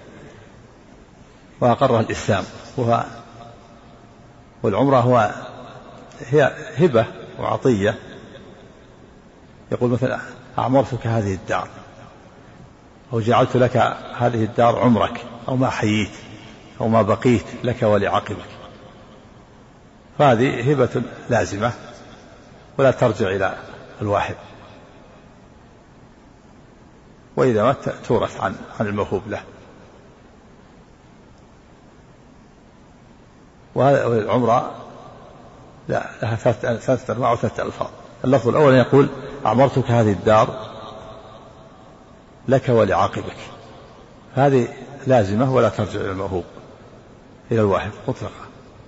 Speaker 2: وأقرها الإسلام. وها والعمرة هو هي هبة وعطية. يقول مثلا أعمرتك هذه الدار، أو جعلت لك هذه الدار عمرك، أو ما حييت أو ما بقيت لك ولعقبك. فهذه هبة لازمة ولا ترجع إلى الواحد، وإذا مات تورث عن عن الموهوب له. وهذا العمرة لا لها ثلاثة أنواع وثلاثة ألفاظ. اللفظ الأول يقول أعمرتك هذه الدار لك ولعقبك، هذه لازمة ولا ترجع إلى الموهوب إلى الواحد مطلقا.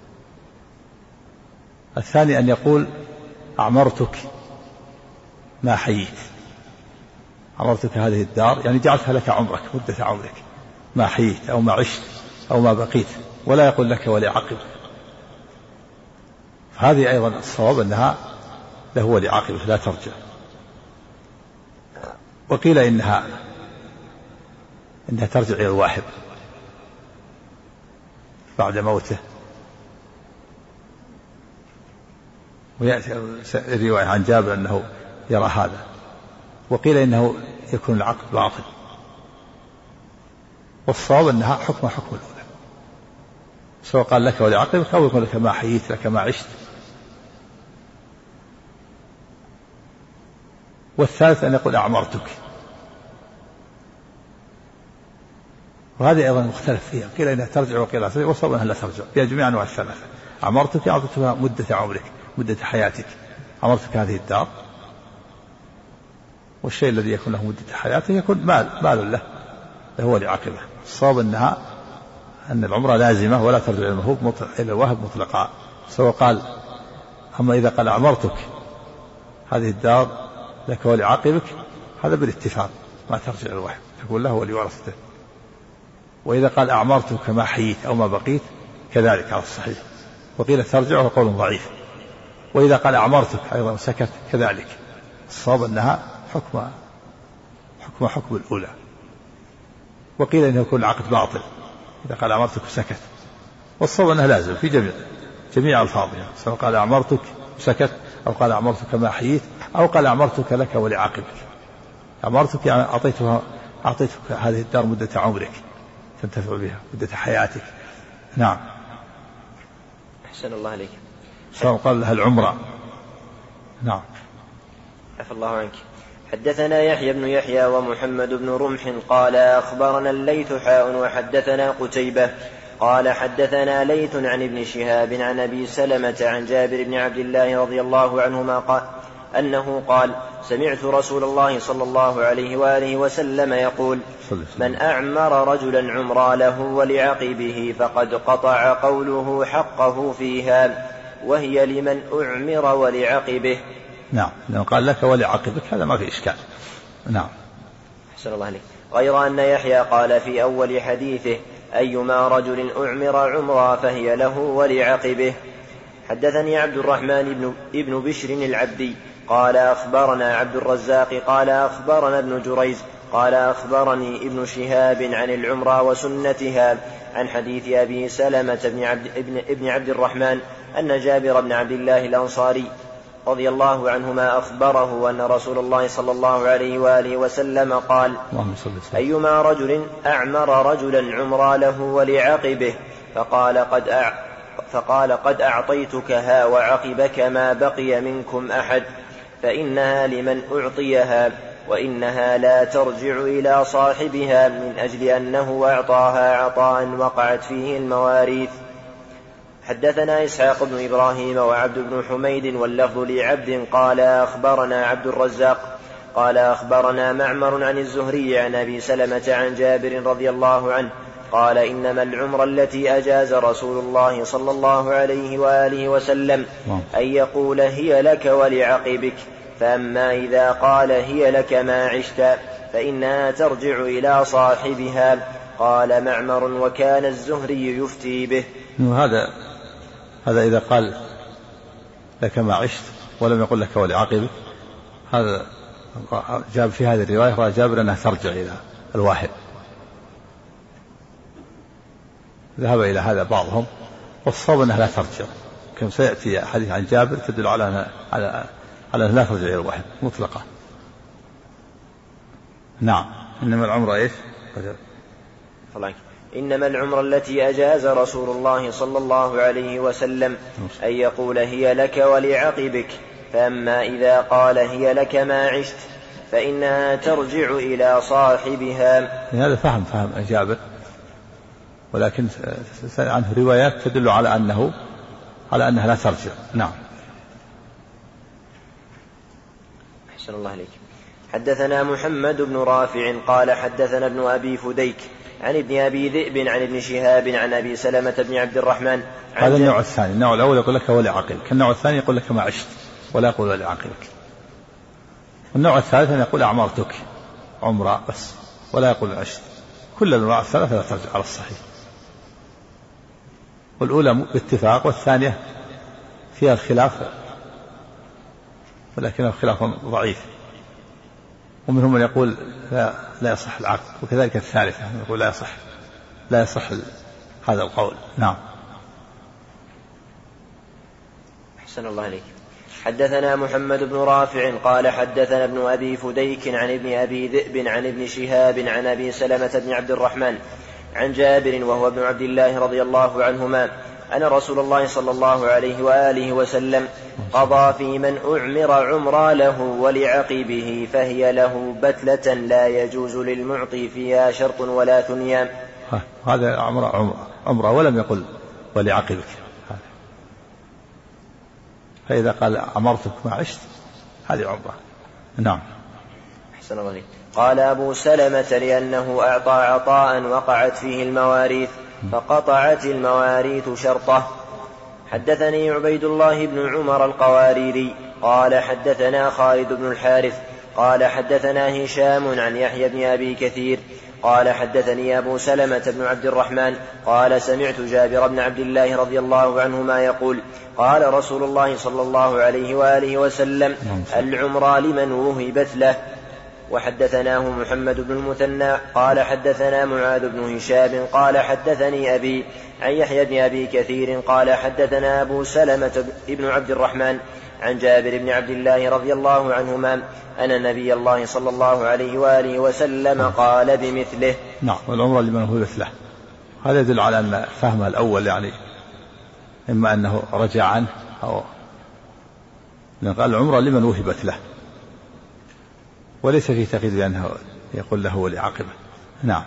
Speaker 2: الثاني أن يقول أعمرتك ما حييت، أعمرتك هذه الدار يعني جعلتها لك عمرك مدة عمرك، ما حييت أو ما عشت أو ما بقيت، ولا يقول لك ولعقبك. هذه أيضا الصواب أنها له ولعقبه لا ترجع. وقيل إنها إنها ترجع إلى الواحد بعد موته. ويأتي الرواية عن جابر أنه يرى هذا. وقيل إنه يكون العقد باطل، والصواب أنها حكم حكم الأولى، سواء قال لك ولعقبك أو يقول لك ما حييت لك ما عشت. والثالث أن يقول أعمرتك، وهذه أيضا مختلف فيها، قيل إنها ترجع وقيل لا ترجع، والصواب أنها لا ترجع فيها جميع أنواع الثلاثة. أعمرتك أعطيتها مدة عمرك مدة حياتك، أعمرتك هذه الدار، والشيء الذي يكون له مدة حياته يكون مال مال له هو لعقبه. الصواب أنها أن العمرة لازمة ولا ترجع إلى الموهوب إلى الواهب مطلقا. سواء قال أما إذا قال أعمرتك هذه الدار لك ولعقبك هذا بالاتفاق ما ترجع إلى الواحد، تقول له ولورثته. وإذا قال أعمرتك ما حييت أو ما بقيت كذلك على الصحيح، وقيل ترجع وهو قول ضعيف. وإذا قال أعمرتك أيضا سكت كذلك. الصواب أنها حكم حكم حكم الأولى. وقيل إنه يكون العقد باطل إذا قال أعمرتك سكت، والصواب أنها لازم في جميع جميع ألفاظها، سواء قال أعمرتك سكت أو قال أعمرتك ما حييت أو قال أعمرتك لك ولعقبك. أعمرتك يعني أعطيتها أعطيتك هذه الدار مدة عمرك تنتفع بها مدة حياتك. نعم.
Speaker 4: أحسن الله عليك.
Speaker 2: سواء قال لها العمرة. نعم.
Speaker 4: عفى الله عنك. حدثنا يحيى بن يحيى ومحمد بن رمح قال أخبرنا الليث حاء وحدثنا قتيبة قال حدثنا ليث عن ابن شهاب عن أبي سلمة عن جابر بن عبد الله رضي الله عنهما قال أنه قال سمعت رسول الله صلى الله عليه وآله وسلم يقول من أعمر رجلا عمرا له ولعقبه فقد قطع قوله حقه فيها وهي لمن أعمر ولعقبه.
Speaker 2: نعم. لأن قال لك ولعقبك هذا ما في إشكال. نعم.
Speaker 4: أحسن الله عليك. غير أن يحيى قال في أول حديثه أيما رجل أعمر عمرا فهي له ولعقبه. حدثني عبد الرحمن بن, ابن بشر العبدي قال أخبرنا عبد الرزاق قال أخبرنا ابن جريز قال أخبرني ابن شهاب عن العمرة وسنتها عن حديث أبي سلمة بن عبد, ابن, ابن عبد الرحمن أن جابر بن عبد الله الأنصاري رضي الله عنهما أخبره أن رسول الله صلى الله عليه وآله وسلم قال أيما رجل أعمر رجلا عمرا له ولعقبه فقال قد أع... فقال قد أعطيتكها وعقبك ما بقي منكم أحد فإنها لمن أعطيها وإنها لا ترجع إلى صاحبها من أجل أنه أعطاها عطاء وقعت فيه المواريث. حدثنا إسحاق بن إبراهيم وعبد بن حميد واللفظ لعبد قال أخبرنا عبد الرزاق قال أخبرنا معمر عن الزهري عن أبي سلمة عن جابر رضي الله عنه قال إنما العمرة التي أجاز رسول الله صلى الله عليه وآله وسلم أن يقول هي لك ولعقبك، فأما إذا قال هي لك ما عشت فإنها ترجع إلى صاحبها. قال معمر وكان الزهري يفتي به.
Speaker 2: هذا هذا إذا قال لك ما عشت ولم يقل لك ولعقبك. هذا جاب في هذه الرواية رأى جابر أنها ترجع إلى الواحد. ذهب إلى هذا بعضهم، والصواب أنها لا ترجع، كما سيأتي حديث عن جابر تدل على أنها على على أنها لا ترجع إلى الواحد مطلقة. نعم. إنما العمرة إيش؟
Speaker 4: إنما العمرة التي أجاز رسول الله صلى الله عليه وسلم أن يقول هي لك ولعقبك، فأما إذا قال هي لك ما عشت فإنها ترجع إلى صاحبها.
Speaker 2: هذا فهم فهم جابر، ولكن عنه روايات تدل على أنه على أنها لا ترجع. نعم.
Speaker 4: أحسن الله عليك. حدثنا محمد بن رافع قال حدثنا ابن أبي فديك عن ابن أبي ذئب عن ابن شهاب عن أبي سلمة بن عبد الرحمن.
Speaker 2: هذا النوع الثاني. النوع الأول يقول لك ولعقبك، النوع الثاني يقول لك ما عشت ولا يقول ولعقبك. النوع الثالث أن يقول أعمرتك عمرة بس ولا يقول عشت. كل الأنواع الثلاثة لا ترجع على الصحيح، والأولى باتفاق والثانية فيها الخلاف ولكن الخلاف ضعيف، ومنهم من يقول لا, لا يصح العقد، وكذلك الثالثة يقول لا يصح لا يصح هذا القول. نعم.
Speaker 4: أحسن الله عليك. حدثنا محمد بن رافع قال حدثنا ابن أبي فديك عن ابن أبي ذئب عن ابن شهاب عن أبي سلمة بن عبد الرحمن عن جابر وهو ابن عبد الله رضي الله عنهما أن رسول الله صلى الله عليه وآله وسلم قضى في من أعمر عمرا له ولعقبه فهي له بتلة لا يجوز للمعطي فيها شرط ولا ثنيان.
Speaker 2: هذا عمره عمره ولم يقل ولعقبك، فإذا قال أمرتك ما عشت هذه عمره. نعم.
Speaker 4: أحسن الله عليك. قال أبو سلمة لأنه أعطى عطاء وقعت فيه المواريث فقطعت المواريث شرطه. حدثني عبيد الله بن عمر القواريري قال حدثنا خالد بن الحارث قال حدثنا هشام عن يحيى بن أبي كثير قال حدثني أبو سلمة بن عبد الرحمن قال سمعت جابر بن عبد الله رضي الله عنهما يقول قال رسول الله صلى الله عليه وآله وسلم العمرة لمن وهبت له. وحدثناه محمد بن المثنى قال حدثنا معاذ بن هشام قال حدثني أبي عن يحيى بن أبي كثير قال حدثنا أبو سلمة بن عبد الرحمن عن جابر بن عبد الله رضي الله عنهما أن نبي الله صلى الله عليه وآله وسلم قال بمثله.
Speaker 2: نعم. والعمرة لمن وهبت له، هذا يدل على أن فهمها الأول يعني إما أنه رجع عنه أو قال العمرة لمن وهبت له، وليس في تقييد بأنه يقول له ولعقبه. نعم.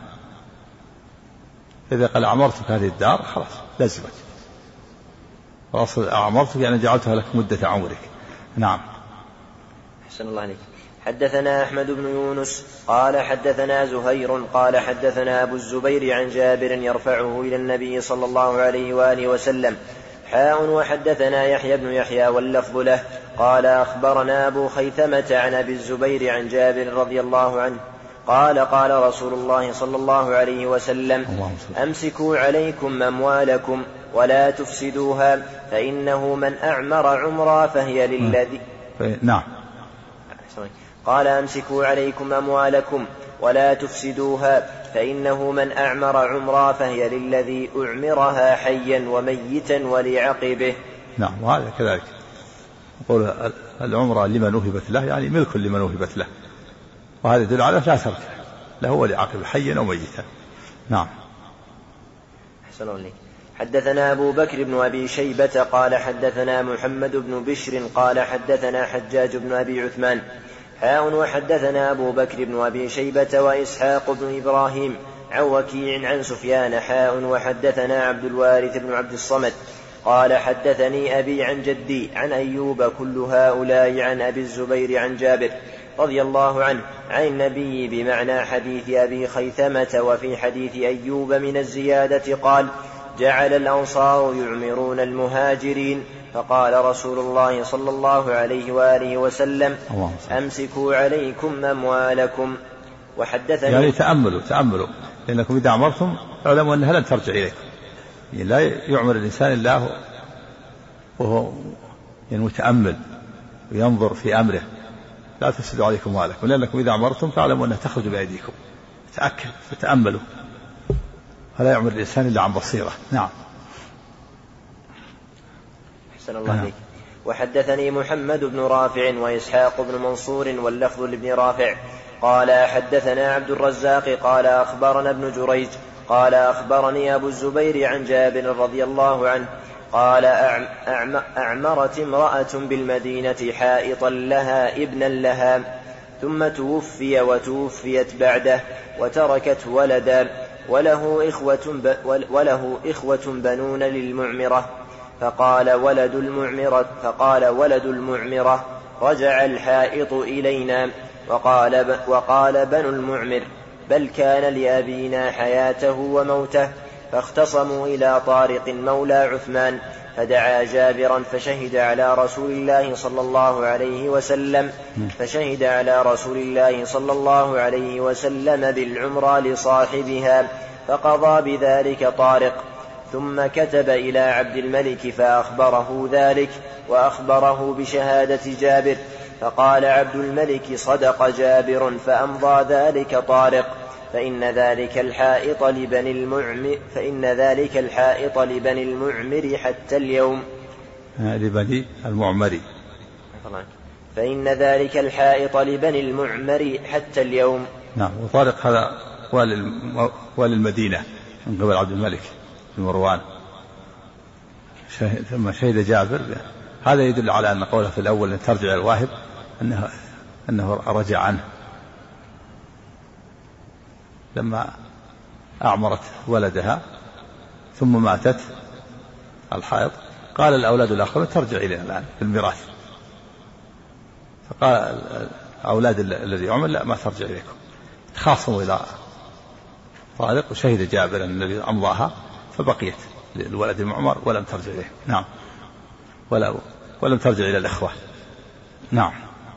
Speaker 2: إذا قال أعمرتك هذه الدار خلاص لازمت، وأصل أعمرتك يعني جعلتها لك مدة عمرك. نعم.
Speaker 4: أحسن الله عليك. حدثنا أحمد بن يونس قال حدثنا زهير قال حدثنا أبو الزبير عن جابر يرفعه إلى النبي صلى الله عليه وآله وسلم حاء. وحدثنا يحيى بن يحيى واللفظ له قال أخبرنا أبو خيثمة عن أبي الزبير عن جابر رضي الله عنه قال قال رسول الله صلى الله عليه وسلم أمسكوا عليكم أموالكم ولا تفسدوها فإنه من أعمر عمرا فهي للذي.
Speaker 2: نعم.
Speaker 4: قال أمسكوا عليكم أموالكم ولا تفسدوها فإنه من أعمر عمرا فهي للذي أعمرها حيا وميتا ولعقبه.
Speaker 2: نعم. وهذا كذلك يقول العمرة لمن وهبت له يعني ملك لمن وهبت له، وهذا يدل على لا ترك له ولعقبه حيا أو ميتا. نعم.
Speaker 4: أحسن الله. حدثنا أبو بكر بن أبي شيبة قال حدثنا محمد بن بشر قال حدثنا حجاج بن أبي عثمان حاء. وحدثنا أبو بكر بن أبي شيبة وإسحاق بن إبراهيم عن وكيع عن سفيان حاء. وحدثنا عبد الوارث بن عبد الصمد قال حدثني أبي عن جدي عن أيوب كل هؤلاء عن أبي الزبير عن جابر رضي الله عنه عن النبي بمعنى حديث أبي خيثمة. وفي حديث أيوب من الزيادة قال جعل الأنصار يعمرون المهاجرين فقال رسول الله صلى الله عليه وآله وسلم أمسكوا عليكم أموالكم. وحدثني
Speaker 2: يعني تأملوا تأملوا لأنكم إذا أعمرتم اعلموا أنها لن ترجع إليكم، يعني لا يعمر الإنسان الله وهو يعني متأمل وينظر في أمره لا تفسدوا عليكم أموالكم لأنكم إذا أمرتم فاعلموا أنها تخرج بأيديكم تأكد فتأملوا فلا يعمل الإنسان إلا عن بصيرة. نعم.
Speaker 4: أحسن الله عليك. وحدثني محمد بن رافع وإسحاق بن منصور واللفظ لابن رافع قال حدثنا عبد الرزاق قال أخبرنا ابن جريج قال أخبرني أبو الزبير عن جابر رضي الله عنه قال أعمرت امرأة بالمدينة حائطا لها ابنا لها ثم توفي وتوفيت بعده وتركت ولدا وله إخوة, وله إخوة بنون للمعمرة فقال ولد المعمرة, فقال ولد المعمرة رجع الحائط إلينا وقال, وقال بنو المعمر بل كان لأبينا حياته وموته فاختصموا إلى طارق مولى عثمان فدعا جابرا فشهد على رسول الله صلى الله عليه وسلم فشهد على رسول الله صلى الله عليه وسلم بالعمرة لصاحبها فقضى بذلك طارق ثم كتب إلى عبد الملك فأخبره ذلك وأخبره بشهادة جابر فقال عبد الملك صدق جابر فأمضى ذلك طارق فإن ذلك الحائط لبني المعمر فإن ذلك الحائط لبني المعمر حتى اليوم
Speaker 2: لبني المعمر
Speaker 4: فإن ذلك الحائط لبني المعمر حتى اليوم.
Speaker 2: نعم. وطارق هذا والي المدينة من قبل عبد الملك بن مروان ثم شهد جابر. هذا يدل على أن قوله في الأول أن ترجع الواهب أنه, أنه رجع عنه لما أعمرت ولدها ثم ماتت الحائض قال الأولاد الآخرون ترجع إلينا الآن بالميراث فقال أولاد الذي عمل لا ما ترجع إليكم تخاصموا إلى طارق وشهد جابر أن الذي أمضاها فبقيت للولد المعمر ولم ترجع إليه. نعم. ولا ولم ترجع إلى الإخوة. نعم.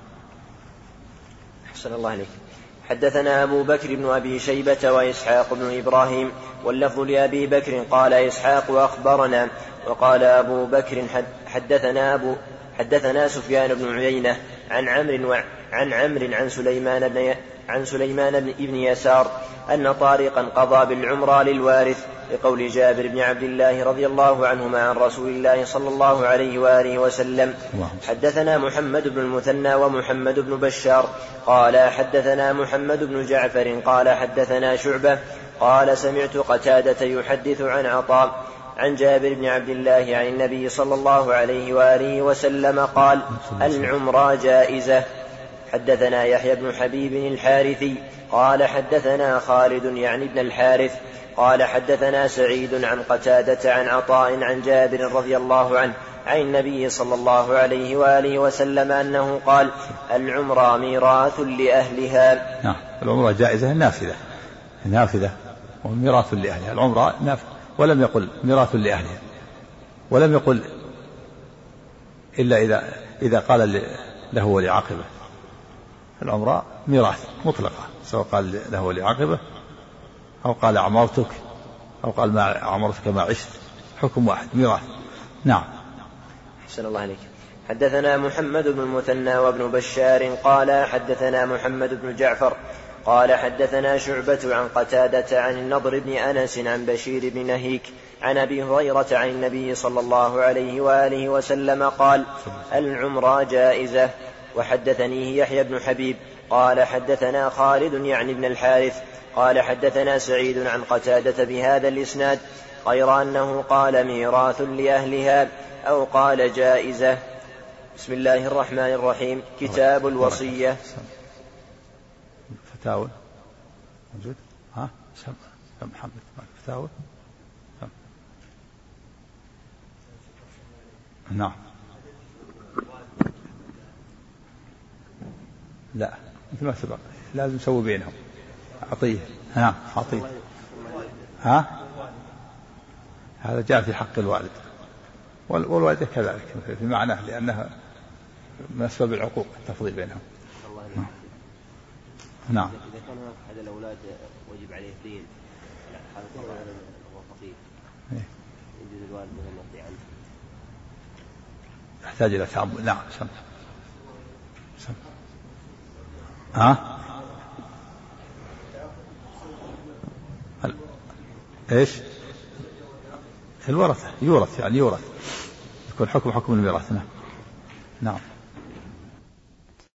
Speaker 4: أحسن الله عليك. حدثنا أبو بكر بن أبي شيبة وإسحاق بن إبراهيم واللفظ لأبي بكر قال إسحاق وأخبرنا وقال أبو بكر حدثنا أبو حدثنا سفيان بن عيينة عن عمرو عن عمرو عن سليمان بن عن سليمان بن يسار أن طارقا قضى بالعمرة للوارث لقول جابر بن عبد الله رضي الله عنهما عن رسول الله صلى الله عليه وآله وسلم. حدثنا محمد بن المثنى ومحمد بن بشار قال حدثنا محمد بن جعفر قال حدثنا شعبة قال سمعت قتادة يحدث عن عطاء عن جابر بن عبد الله عن النبي صلى الله عليه وآله وسلم قال العمرة جائزة. حدثنا يحيى بن حبيب الحارثي قال حدثنا خالد يعني ابن الحارث قال حدثنا سعيد عن قتادة عن عطاء عن جابر رضي الله عنه عن النبي صلى الله عليه وآله وسلم أنه قال العمرة ميراث لأهلها.
Speaker 2: نعم. العمرة جائزة نافذة نافذة وميراث لأهلها. العمرة نافذة ولم يقل ميراث لأهلها ولم يقل إلا إذا إذا قال له ولعاقبه. العمرة ميراث مطلقة سواء قال له ولعاقبه أو قال عمرتك أو قال ما عمرتك ما عشت حكم واحد ميراث. نعم.
Speaker 4: أحسن الله عليك. حدثنا محمد بن المثنى وابن بشار قال حدثنا محمد بن جعفر قال حدثنا شعبة عن قتادة عن النضر بن أنس عن بشير بن نهيك عن أبي هريرة عن النبي صلى الله عليه وآله وسلم قال العمرة جائزة. وحدثنيه يحيى بن حبيب قال حدثنا خالد يعني ابن الحارث قال حدثنا سعيد عن قتادة بهذا الإسناد غير أنه قال ميراث لأهلها أو قال جائزة. بسم الله الرحمن الرحيم. كتاب الوصية.
Speaker 2: فتاوى موجود ها سم محمد فتاوى. نعم. لا مثل ما سبق لازم نسوي بينهم عطية. نعم عطية. ها هذا جاء في حق الوالد والوالدة كذلك في معناه لأنها من أسباب العقوق التفضيل بينهم. نعم.
Speaker 3: إذا كان هناك أحد الأولاد وجب عليه دين حال طبعا هو فقير يجوز الوالد أن يرضي عنه.
Speaker 2: يحتاج إلى تعب. نعم. سم. سم. ها إيش الورثة يورث يعني يورث يكون حكم حكم الميراث. نعم. نعم.